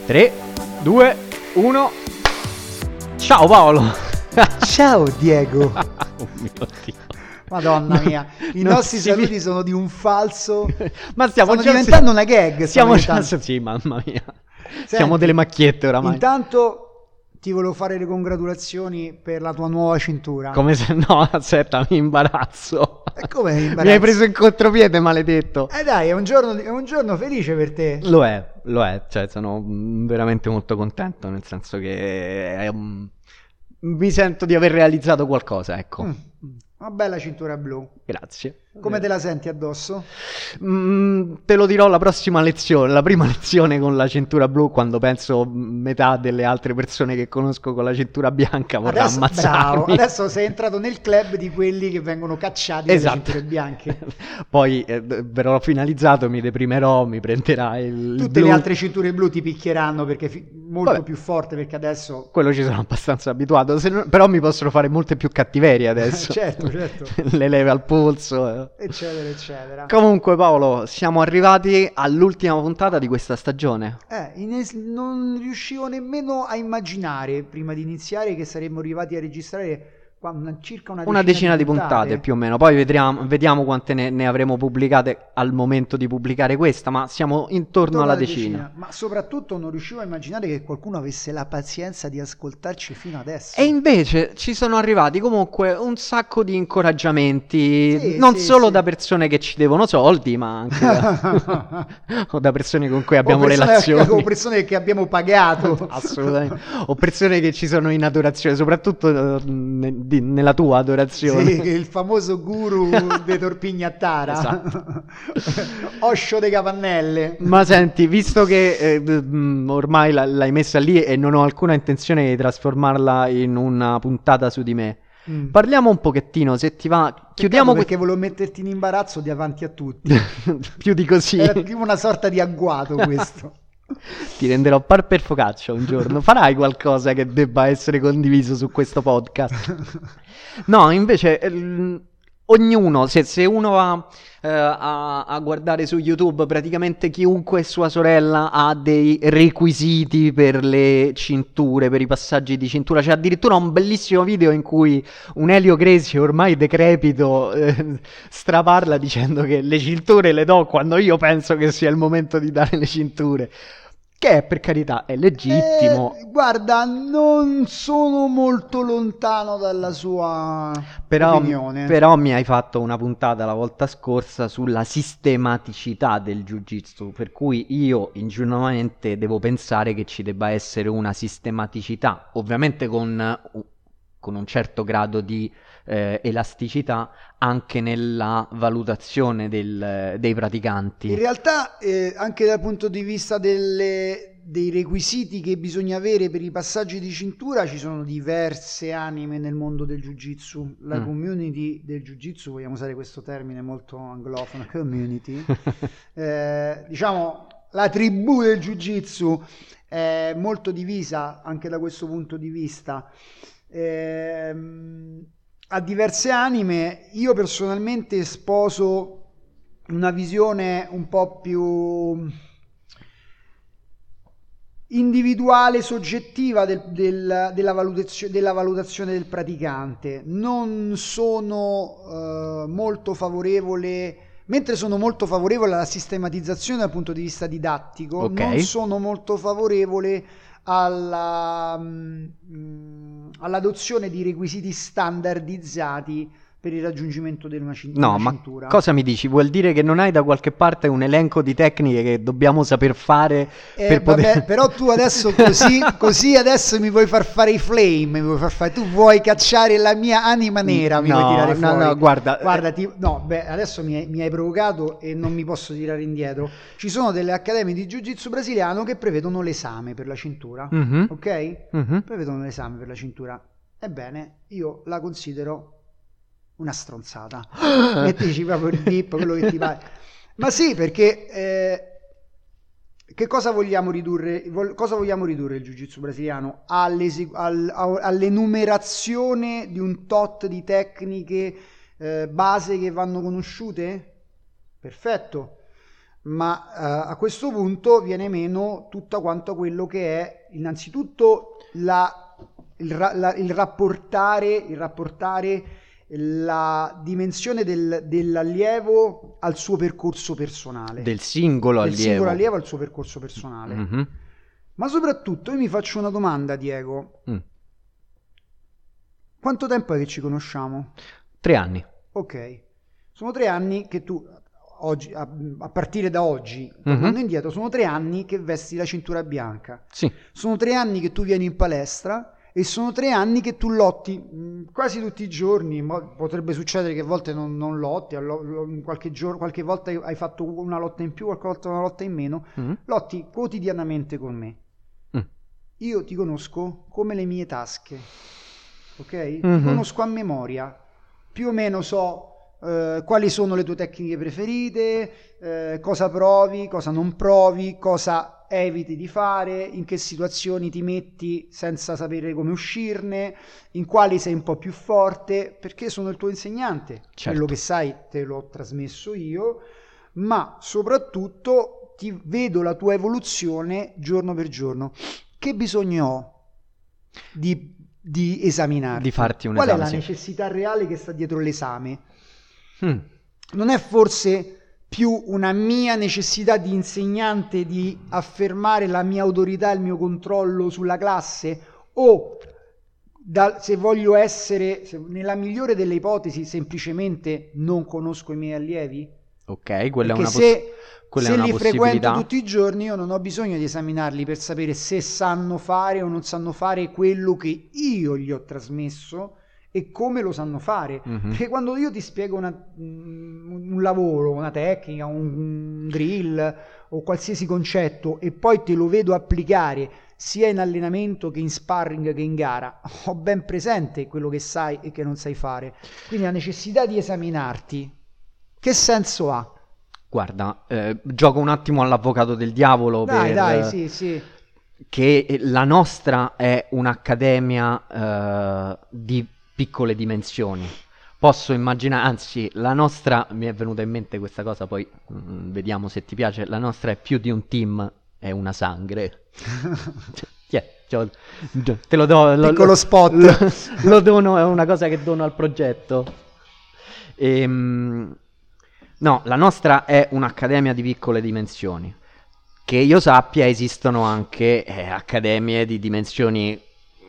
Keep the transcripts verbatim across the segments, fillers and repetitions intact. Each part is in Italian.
tre, due, uno. Ciao Paolo. Ciao Diego. Oh mio Dio. Madonna mia, i non nostri si saluti vi- sono di un falso. Ma stiamo Stanno già diventando una gag. Stiamo stanno già diventando. sì, mamma mia. Senti, Siamo delle macchiette oramai. Intanto ti volevo fare le congratulazioni per la tua nuova cintura. Come se no, aspetta, mi imbarazzo. E come mi Mi imbarazzo? hai preso in contropiede, maledetto. Eh dai, è un giorno, è un giorno felice per te. Lo è, lo è, cioè sono mm, veramente molto contento, nel senso che è un- mi sento di aver realizzato qualcosa, ecco. Mm, Una bella cintura blu. Grazie. Come te la senti addosso? Mm, te lo dirò la prossima lezione, la prima lezione con la cintura blu, quando penso metà delle altre persone che conosco con la cintura bianca vorrà Adesso, ammazzarmi. bravo, adesso sei entrato nel club di quelli che vengono cacciati dalle Esatto. cinture bianche. Poi eh, verrò finalizzato, mi deprimerò, mi prenderà il Tutte blu. le altre cinture blu ti picchieranno perché fi- molto Vabbè. più forte, perché adesso Quello ci sono abbastanza abituato, se non- però mi possono fare molte più cattiverie adesso. certo, certo, Le leve al polso. eh. eccetera, eccetera. Comunque Paolo, siamo arrivati all'ultima puntata di questa stagione. Eh, ines- non riuscivo nemmeno a immaginare prima di iniziare che saremmo arrivati a registrare qua una- circa una decina, Una decina di puntate più o meno, poi vedremo, vediamo quante ne, ne avremo pubblicate al momento di pubblicare questa, ma siamo intorno Intorno alla alla decina. Ma soprattutto non riuscivo a immaginare che qualcuno avesse la pazienza di ascoltarci fino adesso. E invece ci sono arrivati comunque un sacco di incoraggiamenti, Sì, non sì, solo sì. da persone che ci devono soldi, ma anche da, o da persone con cui abbiamo o persone, relazioni. o persone che abbiamo pagato. Assolutamente. O persone che ci sono in adorazione, soprattutto eh, ne- di- nella tua adorazione. Sì, che il famoso guru de Torpignattara. Esatto. Oscio de Capannelle. Ma senti, visto che eh, d- mh, ormai la- l'hai messa lì e non ho alcuna intenzione di trasformarla in una puntata su di me, Mm. parliamo un pochettino, se ti va, Peccato, chiudiamo que- perché volevo metterti in imbarazzo davanti a tutti. più di così. Era tipo una sorta di agguato questo. Ti renderò par per focaccia un giorno. Farai qualcosa che debba essere condiviso su questo podcast? No, invece, ehm, ognuno, se, se uno va eh, a, a guardare su YouTube, praticamente chiunque e sua sorella ha dei requisiti per le cinture, per i passaggi di cintura. C'è addirittura un bellissimo video in cui un Elio Crazy, ormai decrepito, eh, straparla dicendo che le cinture le do quando io penso che sia il momento di dare le cinture. Che è, per carità, è legittimo. Eh, guarda, non sono molto lontano dalla sua Però, opinione. però mi hai fatto una puntata la volta scorsa sulla sistematicità del jiu-jitsu, per cui io ingenuamente devo pensare che ci debba essere una sistematicità, ovviamente con, con un certo grado di eh, elasticità anche nella valutazione del- dei praticanti. In realtà, eh, anche dal punto di vista delle- dei requisiti che bisogna avere per i passaggi di cintura, ci sono diverse anime nel mondo del jiu-jitsu. La Mm. community del jiu-jitsu, vogliamo usare questo termine molto anglofono, community, eh, diciamo la tribù del jiu-jitsu è molto divisa anche da questo punto di vista. Ehm, ha diverse anime. Io personalmente sposo una visione un po' più individuale, soggettiva del- del- della, valutazio- della valutazione del praticante. Non sono eh, molto favorevole, mentre sono molto favorevole alla sistematizzazione dal punto di vista didattico, Ok. non sono molto favorevole alla, mm, all'adozione di requisiti standardizzati per il raggiungimento di una, cin- di No, una ma cintura. cosa mi dici? Vuol dire che non hai da qualche parte un elenco di tecniche che dobbiamo saper fare Eh, per poter... vabbè, però tu adesso così, così adesso mi vuoi far fare i flame, mi vuoi far fare, tu vuoi cacciare la mia anima nera, mi No, vuoi tirare no, fuori. no, guarda, Guarda, ti- no, beh, adesso mi hai, mi hai provocato e non mi posso tirare indietro. Ci sono delle accademie di jiu-jitsu brasiliano che prevedono l'esame per la cintura, Mhm, ok? mhm. Prevedono l'esame per la cintura. Ebbene, io la considero una stronzata. Mettici proprio il dip, quello che ti pare. Ma sì, perché eh, che cosa vogliamo ridurre? vol- Cosa vogliamo ridurre il jiu-jitsu brasiliano? All'ese- al- a- all'enumerazione di un tot di tecniche eh, base che vanno conosciute? Perfetto. ma uh, a questo punto viene meno tutto quanto quello che è innanzitutto la, il, ra- la, il rapportare, il rapportare la dimensione del, dell'allievo al suo percorso personale, del singolo del allievo. singolo allievo al suo percorso personale. Mm-hmm. Ma soprattutto io mi faccio una domanda, Diego. Mm. Quanto tempo è che ci conosciamo? Tre anni. Ok, sono tre anni che tu, oggi, a, a partire da oggi, tornando Mm-hmm. indietro, sono tre anni che vesti la cintura bianca. Sì. Sono tre anni che tu vieni in palestra e sono tre anni che tu lotti mh, quasi tutti i giorni. Potrebbe succedere che a volte non, non lotti, lo, lo, qualche, giorno, qualche volta hai fatto una lotta in più, qualche volta una lotta in meno. Mm-hmm. Lotti quotidianamente con me. Mm. Io ti conosco come le mie tasche, ok? Mm-hmm. Ti conosco a memoria, più o meno so Uh, quali sono le tue tecniche preferite, uh, cosa provi, cosa non provi, cosa eviti di fare, in che situazioni ti metti senza sapere come uscirne, in quali sei un po' più forte, perché sono il tuo insegnante. Certo. Quello che sai te l'ho trasmesso io, ma soprattutto ti vedo la tua evoluzione giorno per giorno. Che bisogno ho di, di esaminarti? Di farti un Qual esame, è la sì. necessità reale che sta dietro l'esame? Hmm. Non è forse più una mia necessità di insegnante di affermare la mia autorità e il mio controllo sulla classe? O da, se voglio essere, se, nella migliore delle ipotesi, semplicemente non conosco i miei allievi? Ok, quella Perché è una, se, poss- quella se è una li possibilità. frequento tutti i giorni, io non ho bisogno di esaminarli per sapere se sanno fare o non sanno fare quello che io gli ho trasmesso e come lo sanno fare. Mm-hmm. Perché quando io ti spiego una, un lavoro, una tecnica, un drill o qualsiasi concetto e poi te lo vedo applicare sia in allenamento che in sparring che in gara, ho ben presente quello che sai e che non sai fare. Quindi la necessità di esaminarti, che senso ha? Guarda, eh, gioco un attimo all'avvocato del diavolo. Dai, per, dai, sì, sì. Che la nostra è un'accademia eh, di piccole dimensioni. Posso immaginare, anzi, la nostra, mi è venuta in mente questa cosa, poi mh, vediamo se ti piace, la nostra è più di un team, è una sangre. yeah, cioè, te lo do, lo, piccolo spot. Lo, lo dono, è una cosa che dono al progetto. Ehm, no, la nostra è un'accademia di piccole dimensioni. Che io sappia esistono anche eh, accademie di dimensioni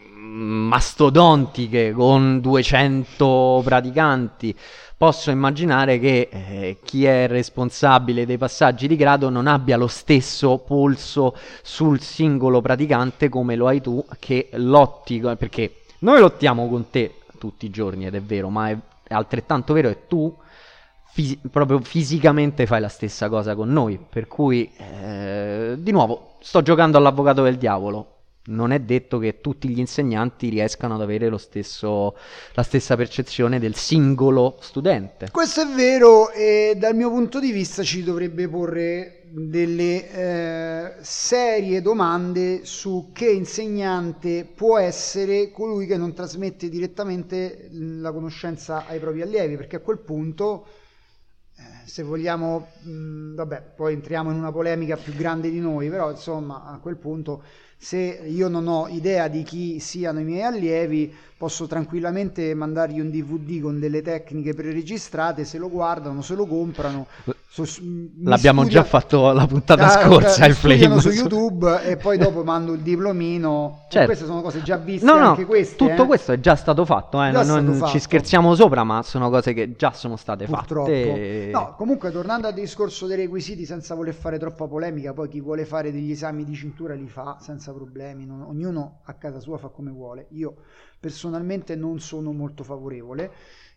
mastodontiche con duecento praticanti. Posso immaginare che eh, chi è responsabile dei passaggi di grado non abbia lo stesso polso sul singolo praticante come lo hai tu, che lotti, perché noi lottiamo con te tutti i giorni ed è vero, ma è, è altrettanto vero che tu fisi- proprio fisicamente fai la stessa cosa con noi, per cui eh, di nuovo sto giocando all'avvocato del diavolo. Non è detto che tutti gli insegnanti riescano ad avere lo stesso, la stessa percezione del singolo studente. Questo è vero, e dal mio punto di vista ci dovrebbe porre delle eh, serie domande su che insegnante può essere colui che non trasmette direttamente la conoscenza ai propri allievi, perché a quel punto, eh, se vogliamo, mh, vabbè, poi entriamo in una polemica più grande di noi, però insomma a quel punto, se io non ho idea di chi siano i miei allievi, posso tranquillamente mandargli un D V D con delle tecniche preregistrate, se lo guardano, se lo comprano. So, L'abbiamo studia... già fatto la puntata ah, scorsa, mi il studiano flame su YouTube e poi dopo mando il diplomino. Certo. E queste sono cose già viste, no, no, anche queste. Tutto eh? questo è già stato fatto, eh? già non, non stato ci fatto. scherziamo sopra, ma sono cose che già sono state Purtroppo. fatte. No, comunque tornando al discorso dei requisiti, senza voler fare troppa polemica, poi chi vuole fare degli esami di cintura li fa senza problemi, non, ognuno a casa sua fa come vuole. Io personalmente non sono molto favorevole.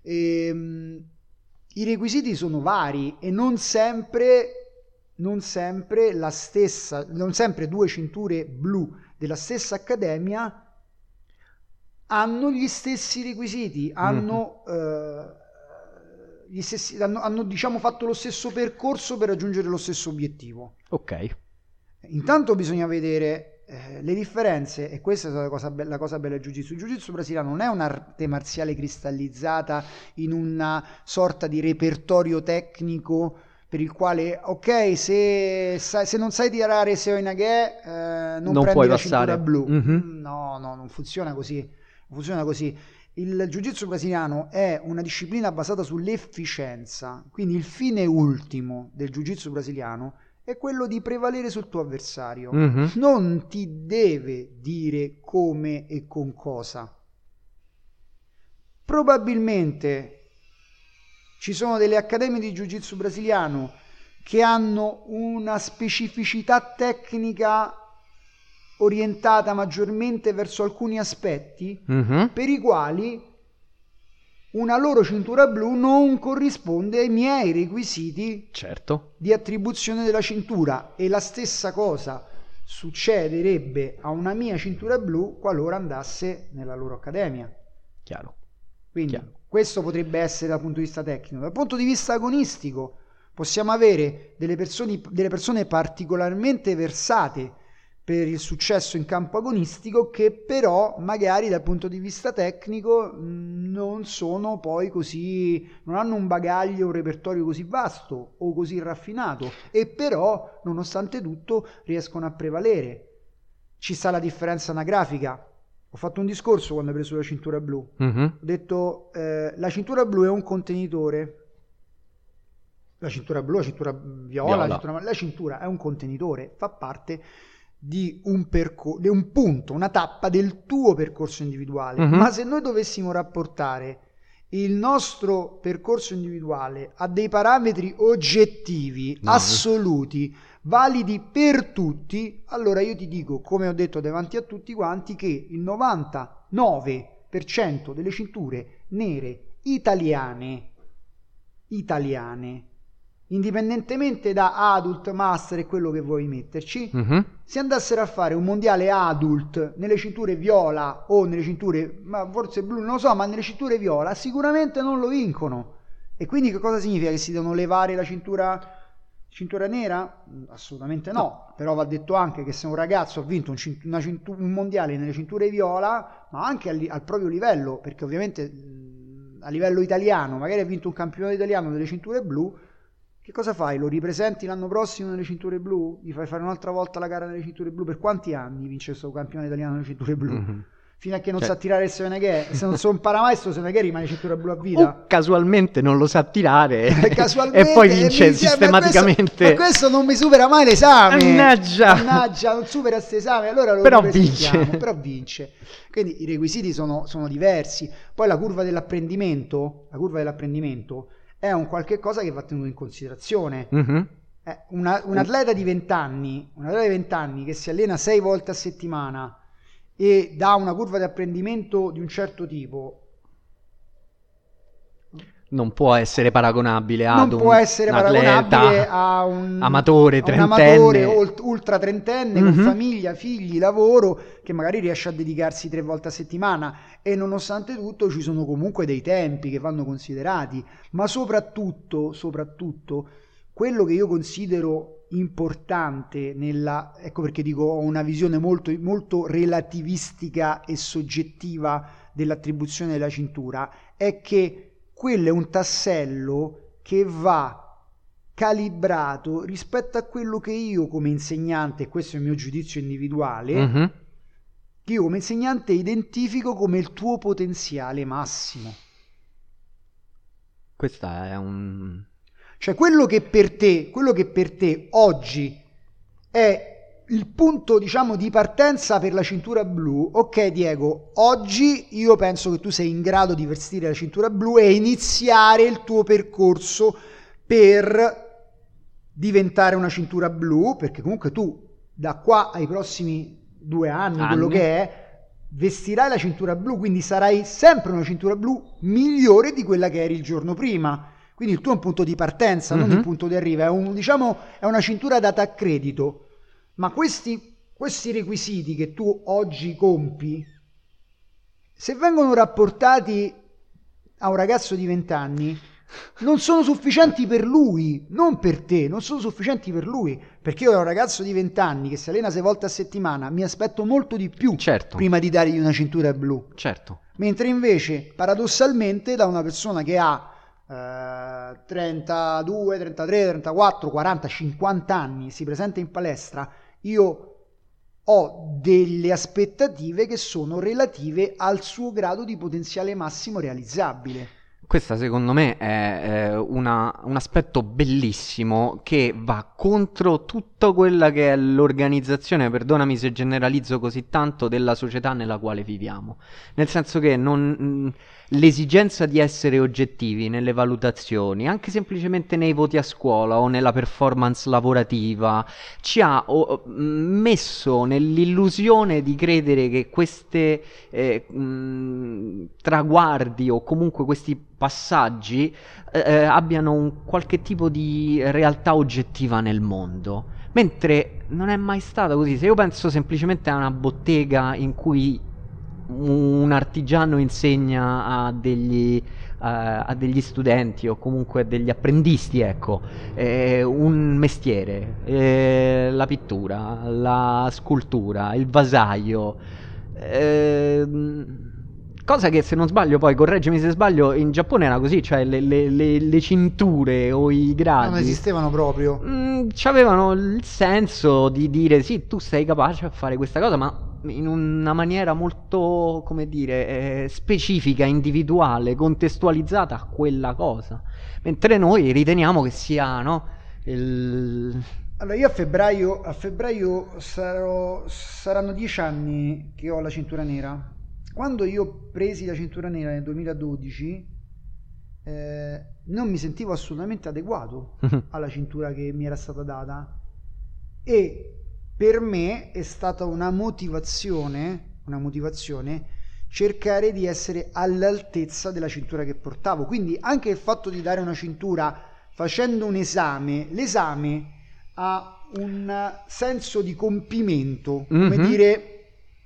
E, i requisiti sono vari e non sempre, non sempre la stessa, non sempre due cinture blu della stessa accademia hanno gli stessi requisiti, hanno, mm-hmm. eh, gli stessi, hanno, hanno diciamo fatto lo stesso percorso per raggiungere lo stesso obiettivo. Ok. Intanto bisogna vedere eh, le differenze, e questa è la cosa, be- la cosa bella del Jiu-Jitsu. Il Jiu-Jitsu brasiliano non è un'arte marziale cristallizzata in una sorta di repertorio tecnico per il quale, ok, se, se non sai tirare Seoi Nage, eh, non, Non prendi puoi la passare. cintura blu. Mhm. No, no, non funziona così. Non funziona così. Il jiu-jitsu brasiliano è una disciplina basata sull'efficienza, quindi il fine ultimo del jiu-jitsu brasiliano è quello di prevalere sul tuo avversario. Mhm. Non ti deve dire come e con cosa. Probabilmente ci sono delle accademie di jiu-jitsu brasiliano che hanno una specificità tecnica orientata maggiormente verso alcuni aspetti, Mhm. per i quali una loro cintura blu non corrisponde ai miei requisiti Certo. di attribuzione della cintura, e la stessa cosa succederebbe a una mia cintura blu qualora andasse nella loro accademia. Chiaro. Quindi Chiaro. questo potrebbe essere dal punto di vista tecnico. Dal punto di vista agonistico possiamo avere delle persone, delle persone particolarmente versate per il successo in campo agonistico, che però magari dal punto di vista tecnico non sono poi così, non hanno un bagaglio, un repertorio così vasto o così raffinato, e però nonostante tutto riescono a prevalere. Ci sta la differenza anagrafica. Ho fatto un discorso quando ho preso la cintura blu. Mhm. Ho detto eh, la cintura blu è un contenitore. La cintura blu, la cintura viola, Viola. La, cintura, la cintura è un contenitore, fa parte di un, percor- di un punto, una tappa del tuo percorso individuale. Mhm. Ma se noi dovessimo rapportare il nostro percorso individuale a dei parametri oggettivi, No. assoluti, validi per tutti, allora io ti dico, come ho detto davanti a tutti quanti, che il novantanove per cento delle cinture nere italiane italiane, indipendentemente da adult, master e quello che vuoi metterci, Mhm. se andassero a fare un mondiale adult nelle cinture viola o nelle cinture, ma forse blu, non lo so, ma nelle cinture viola sicuramente non lo vincono. E quindi che cosa significa? Che si devono levare la cintura cintura nera? Assolutamente no. No. Però va detto anche che se un ragazzo ha vinto un, cint- una cintu- un mondiale nelle cinture viola, ma anche al, al proprio livello, perché ovviamente mh, a livello italiano magari ha vinto un campionato italiano delle cinture blu, che cosa fai? Lo ripresenti l'anno prossimo nelle cinture blu? Gli fai fare un'altra volta la gara nelle cinture blu? Per quanti anni vince questo campione italiano nelle cinture blu? Mhm. Fino a che non Cioè- sa tirare il Sevenaghe, se non so impara mai sto Sevenaghe rimane cintura blu a vita. O casualmente non lo sa tirare Casualmente, e poi vince mi dice, ma questo- sistematicamente. Ma questo, non mi supera mai l'esame. Mannaggia. Mannaggia, non supera questo esame. Allora lo Però ripresentiamo, vince. Però vince. Quindi i requisiti sono, sono diversi. Poi la curva dell'apprendimento, la curva dell'apprendimento è un qualche cosa che va tenuto in considerazione. Mhm. Eh, una- un atleta di venti anni, un atleta di venti anni che si allena sei volte a settimana e dà una curva di apprendimento di un certo tipo, Non può essere paragonabile ad non un può essere un paragonabile atleta a un amatore, a un trentenne. amatore ult- ultra trentenne con Mhm. famiglia, figli, lavoro, che magari riesce a dedicarsi tre volte a settimana, e nonostante tutto ci sono comunque dei tempi che vanno considerati. Ma soprattutto, soprattutto quello che io considero importante nella, ecco perché dico, ho una visione molto, molto relativistica e soggettiva dell'attribuzione della cintura, è che quello è un tassello che va calibrato rispetto a quello che io come insegnante, e questo è il mio giudizio individuale, Mhm. che io come insegnante identifico come il tuo potenziale massimo. Questa è un... Cioè quello che per te, quello che per te oggi è il punto, diciamo, di partenza per la cintura blu. Ok Diego, oggi io penso che tu sei in grado di vestire la cintura blu e iniziare il tuo percorso per diventare una cintura blu, perché comunque tu da qua ai prossimi due anni, Anni. quello che è, vestirai la cintura blu, quindi sarai sempre una cintura blu migliore di quella che eri il giorno prima. Quindi il tuo è un punto di partenza, non Mhm. il punto di arrivo, è un, diciamo, è una cintura data a credito. Ma questi, questi requisiti che tu oggi compi, se vengono rapportati a un ragazzo di venti anni, non sono sufficienti per lui, non per te, non sono sufficienti per lui, perché io da un ragazzo di venti anni che si allena sei volte a settimana mi aspetto molto di più Certo. prima di dargli una cintura blu. Certo. Mentre invece, paradossalmente, da una persona che ha eh, trentadue, trentatré, trentaquattro, quaranta, cinquanta anni si presenta in palestra, io ho delle aspettative che sono relative al suo grado di potenziale massimo realizzabile. Questa secondo me è eh, una- un aspetto bellissimo che va contro tutta quella che è l'organizzazione, perdonami se generalizzo così tanto, della società nella quale viviamo. Nel senso che non, mh, l'esigenza di essere oggettivi nelle valutazioni, anche semplicemente nei voti a scuola o nella performance lavorativa, ci ha o- mh, messo nell'illusione di credere che queste eh, mh, traguardi o comunque questi passaggi eh, abbiano un qualche tipo di realtà oggettiva nel mondo, mentre non è mai stato così. Se io penso semplicemente a una bottega in cui un artigiano insegna a degli, eh, a degli studenti o comunque degli apprendisti, ecco, eh, un mestiere, eh, la pittura, la scultura, il vasaio, ehm, cosa che, se non sbaglio, poi correggimi se sbaglio, in Giappone era così, cioè le, le- le- le cinture o i Non gradi esistevano proprio. mm, avevano il senso di dire sì, tu sei capace a fare questa cosa, ma in una maniera molto, come dire, eh, specifica, individuale, contestualizzata a quella cosa. Mentre noi riteniamo che sia, no, il... Allora, io a febbraio, a febbraio sarò, saranno dieci anni che ho la cintura nera. Quando io presi la cintura nera nel duemiladodici, eh, non mi sentivo assolutamente adeguato alla cintura che mi era stata data, e per me è stata una motivazione, una motivazione cercare di essere all'altezza della cintura che portavo. Quindi anche il fatto di dare una cintura facendo un esame, l'esame ha un senso di compimento, come Mhm. dire,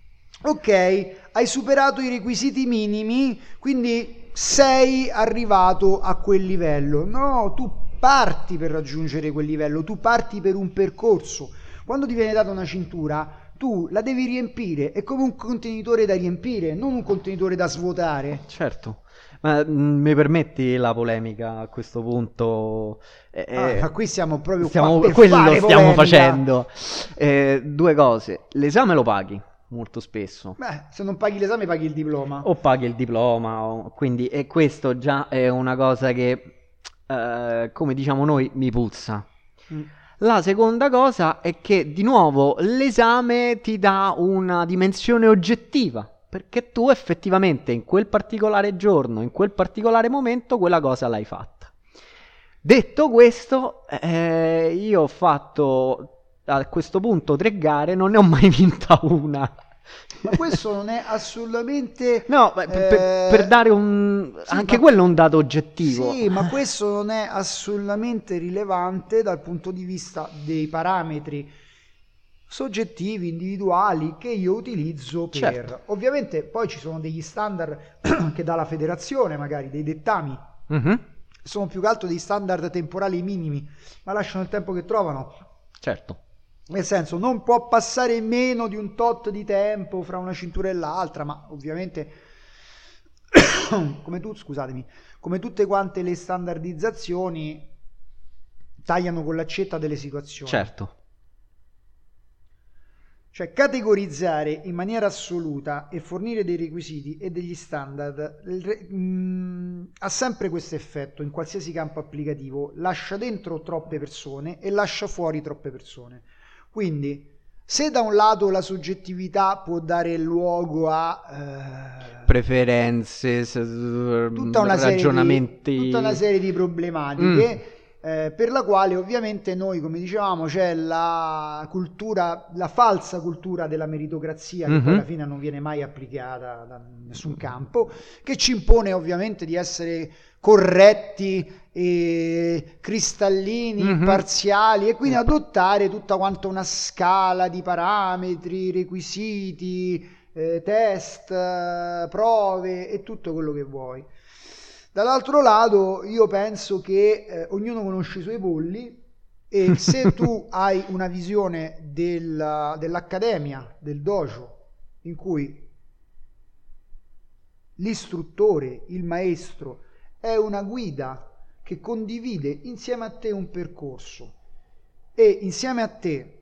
ok, hai superato i requisiti minimi, quindi sei arrivato a quel livello. No, tu parti per raggiungere quel livello, tu parti per un percorso. Quando ti viene data una cintura, tu la devi riempire, è come un contenitore da riempire, non un contenitore da svuotare. Certo. Ma mm, mi permetti la polemica a questo punto? Eh, Ah, eh, ma qui siamo proprio stiamo- qua per quello fare stiamo polemica. facendo. Eh, due cose. L'esame lo paghi molto spesso. Beh, se non paghi l'esame paghi il diploma. O paghi il diploma, o- quindi, e questo già è una cosa che, eh, come diciamo noi, mi puzza. Mm. La seconda cosa è che, di nuovo, l'esame ti dà una dimensione oggettiva, perché tu effettivamente in quel particolare giorno, in quel particolare momento, quella cosa l'hai fatta. Detto questo, eh, io ho fatto a questo punto tre gare, non ne ho mai vinta una. Ma questo non è assolutamente... No, per, per- eh, per dare un... sì, anche ma- quello è un dato oggettivo. Sì, ma questo non è assolutamente rilevante dal punto di vista dei parametri soggettivi, individuali che io utilizzo per... Certo. Ovviamente poi ci sono degli standard che dà la federazione, magari dei dettami, Mhm, sono più che altro dei standard temporali minimi, ma lasciano il tempo che trovano. certo. Nel senso, non può passare meno di un tot di tempo fra una cintura e l'altra, ma ovviamente, come tu, scusatemi, come tutte quante le standardizzazioni, tagliano con l'accetta delle situazioni. Certo. Cioè, categorizzare in maniera assoluta e fornire dei requisiti e degli standard mh, ha sempre questo effetto in qualsiasi campo applicativo: lascia dentro troppe persone e lascia fuori troppe persone. Quindi, se da un lato la soggettività può dare luogo a eh, Preferenze, s- tutta una serie ragionamenti... di, tutta una serie di problematiche, eh, per la quale ovviamente noi, come dicevamo, c'è la cultura, la falsa cultura della meritocrazia, che Mhm. poi alla fine non viene mai applicata da nessun campo, che ci impone ovviamente di essere corretti e cristallini, Mhm. imparziali, e quindi adottare tutta quanta una scala di parametri, requisiti, eh, test, eh, prove e tutto quello che vuoi. Dall'altro lato, io penso che eh, ognuno conosce i suoi polli, e se tu hai una visione del- dell'accademia, del dojo, in cui l'istruttore, il maestro, è una guida che condivide insieme a te un percorso e insieme a te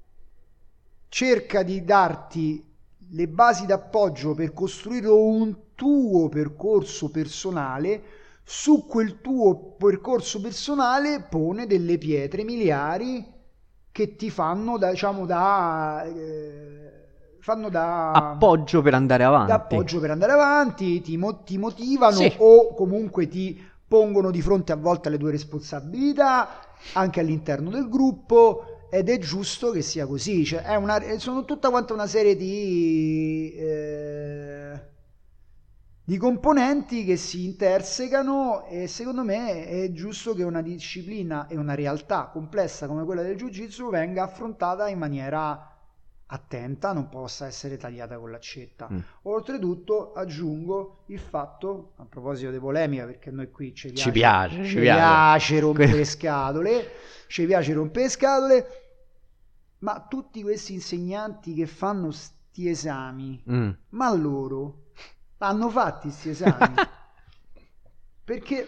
cerca di darti le basi d'appoggio per costruire un tuo percorso personale, su quel tuo percorso personale pone delle pietre miliari che ti fanno da, diciamo, da, eh, fanno da appoggio per andare avanti, da appoggio per andare avanti, ti, mo- ti motivano, sì, o comunque ti pongono di fronte a volte alle tue responsabilità anche all'interno del gruppo. Ed è giusto che sia così, cioè è una, sono tutta quanta una serie di, eh, di componenti che si intersecano, e secondo me è giusto che una disciplina e una realtà complessa come quella del Jiu-Jitsu venga affrontata in maniera attenta, non possa essere tagliata con l'accetta. Mm. Oltretutto aggiungo il fatto, a proposito di polemica, perché noi qui ci piace, ci piace, ci ci piace, piace. rompere le scatole, ci piace rompere le scatole, ma tutti questi insegnanti che fanno sti esami, mm. ma loro hanno fatti sti esami? Perché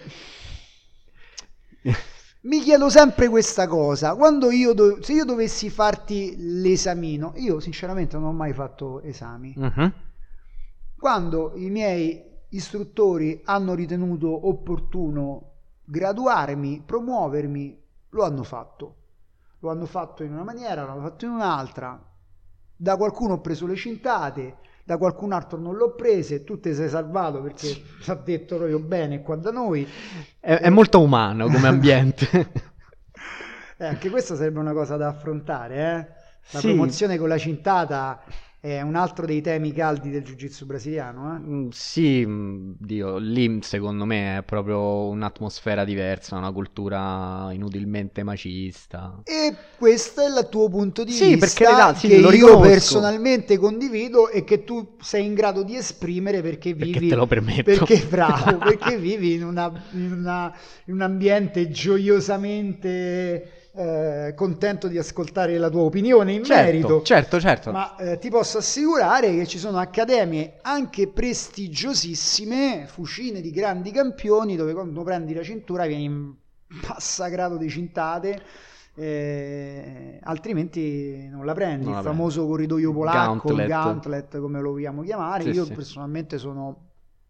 mi chiedo sempre questa cosa, quando io do- se io dovessi farti l'esamino, io sinceramente non ho mai fatto esami, uh-huh. quando i miei istruttori hanno ritenuto opportuno graduarmi, promuovermi, lo hanno fatto. Lo hanno fatto in una maniera, l'hanno fatto in un'altra. Da qualcuno ho preso le cintate, da qualcun altro non l'ho prese, tu te sei salvato perché ci ha detto proprio bene qua da noi. È, è molto umano come ambiente. eh, anche questa sarebbe una cosa da affrontare, eh? La sì. promozione con la cintata è un altro dei temi caldi del jiu-jitsu brasiliano, eh? Mm, sì, Dio, lì secondo me è proprio un'atmosfera diversa, una cultura inutilmente macista. E questo è il tuo punto di sì, vista, perché la, sì, che lo io riconosco. personalmente condivido e che tu sei in grado di esprimere perché vivi, perché te lo permetto. Perché bravo, perché vivi in, una, in, una, in un ambiente gioiosamente Eh, contento di ascoltare la tua opinione in certo, merito. Certo, certo. Ma eh, ti posso assicurare che ci sono accademie anche prestigiosissime, fucine di grandi campioni, dove quando prendi la cintura vieni massacrato di cintate, eh, altrimenti non la prendi. Non il la famoso prendi. Corridoio polacco, gauntlet. gauntlet come lo vogliamo chiamare. Sì, Io sì. personalmente sono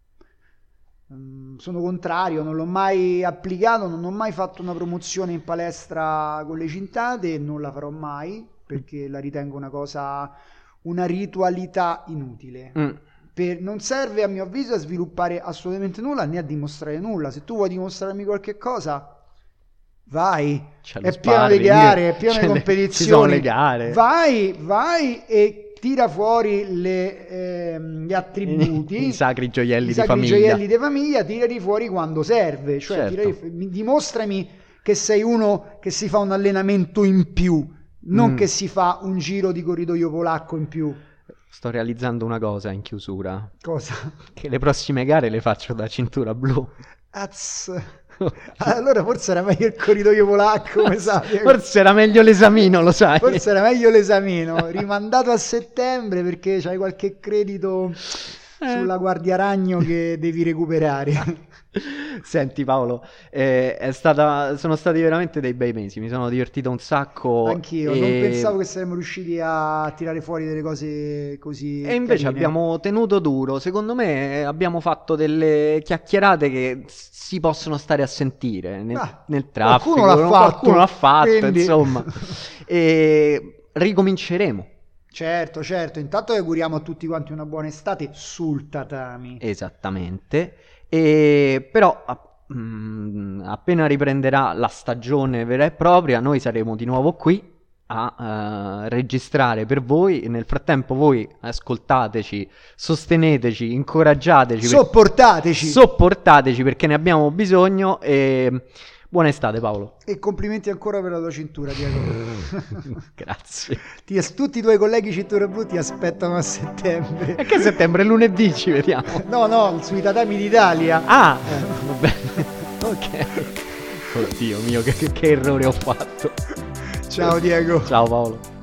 sono contrario, non l'ho mai applicato, non ho mai fatto una promozione in palestra con le cintate e non la farò mai perché la ritengo una cosa, una ritualità inutile. Mm. Per, non serve a mio avviso a sviluppare assolutamente nulla né a dimostrare nulla. Se tu vuoi dimostrarmi qualche cosa, vai, è pieno di gare, è pieno di competizioni, ci sono le gare. Vai, vai e tira fuori le, eh, gli attributi, i sacri gioielli i di sacri famiglia. gioielli di famiglia, tirali fuori quando serve, cioè certo. tirali, dimostrami che sei uno che si fa un allenamento in più, non mm. che si fa un giro di corridoio polacco in più. Sto realizzando una cosa in chiusura. Cosa? Che le prossime gare le faccio da cintura blu. Az. Allora forse era meglio il corridoio polacco, come sai. Forse era meglio l'esamino, lo sai. Forse era meglio l'esamino, rimandato a settembre perché c'hai qualche credito eh. sulla guardia ragno che devi recuperare. Senti Paolo, eh, è stata, sono stati veramente dei bei mesi, mi sono divertito un sacco. Anch'io, e... non pensavo che saremmo riusciti a tirare fuori delle cose così E invece carine. Abbiamo tenuto duro, secondo me abbiamo fatto delle chiacchierate che si possono stare a sentire nel, ah, nel traffico, qualcuno l'ha fatto, qualcuno l'ha fatto quindi... insomma, e ricominceremo. Certo, certo, intanto auguriamo a tutti quanti una buona estate sul tatami. Esattamente. E però mh, appena riprenderà la stagione vera e propria noi saremo di nuovo qui a uh, registrare per voi e nel frattempo voi ascoltateci, sosteneteci, incoraggiateci, sopportateci per... sopportateci perché ne abbiamo bisogno e buona estate Paolo. E complimenti ancora per la tua cintura, Diego. Grazie. Ti, tutti i tuoi colleghi cintura blu ti aspettano a settembre. E che settembre? Lunedì ci vediamo. No, no, sui tatami d'Italia. Ah, eh. va bene. Ok. Oddio mio, che, che errore ho fatto. Ciao Diego. Ciao Paolo.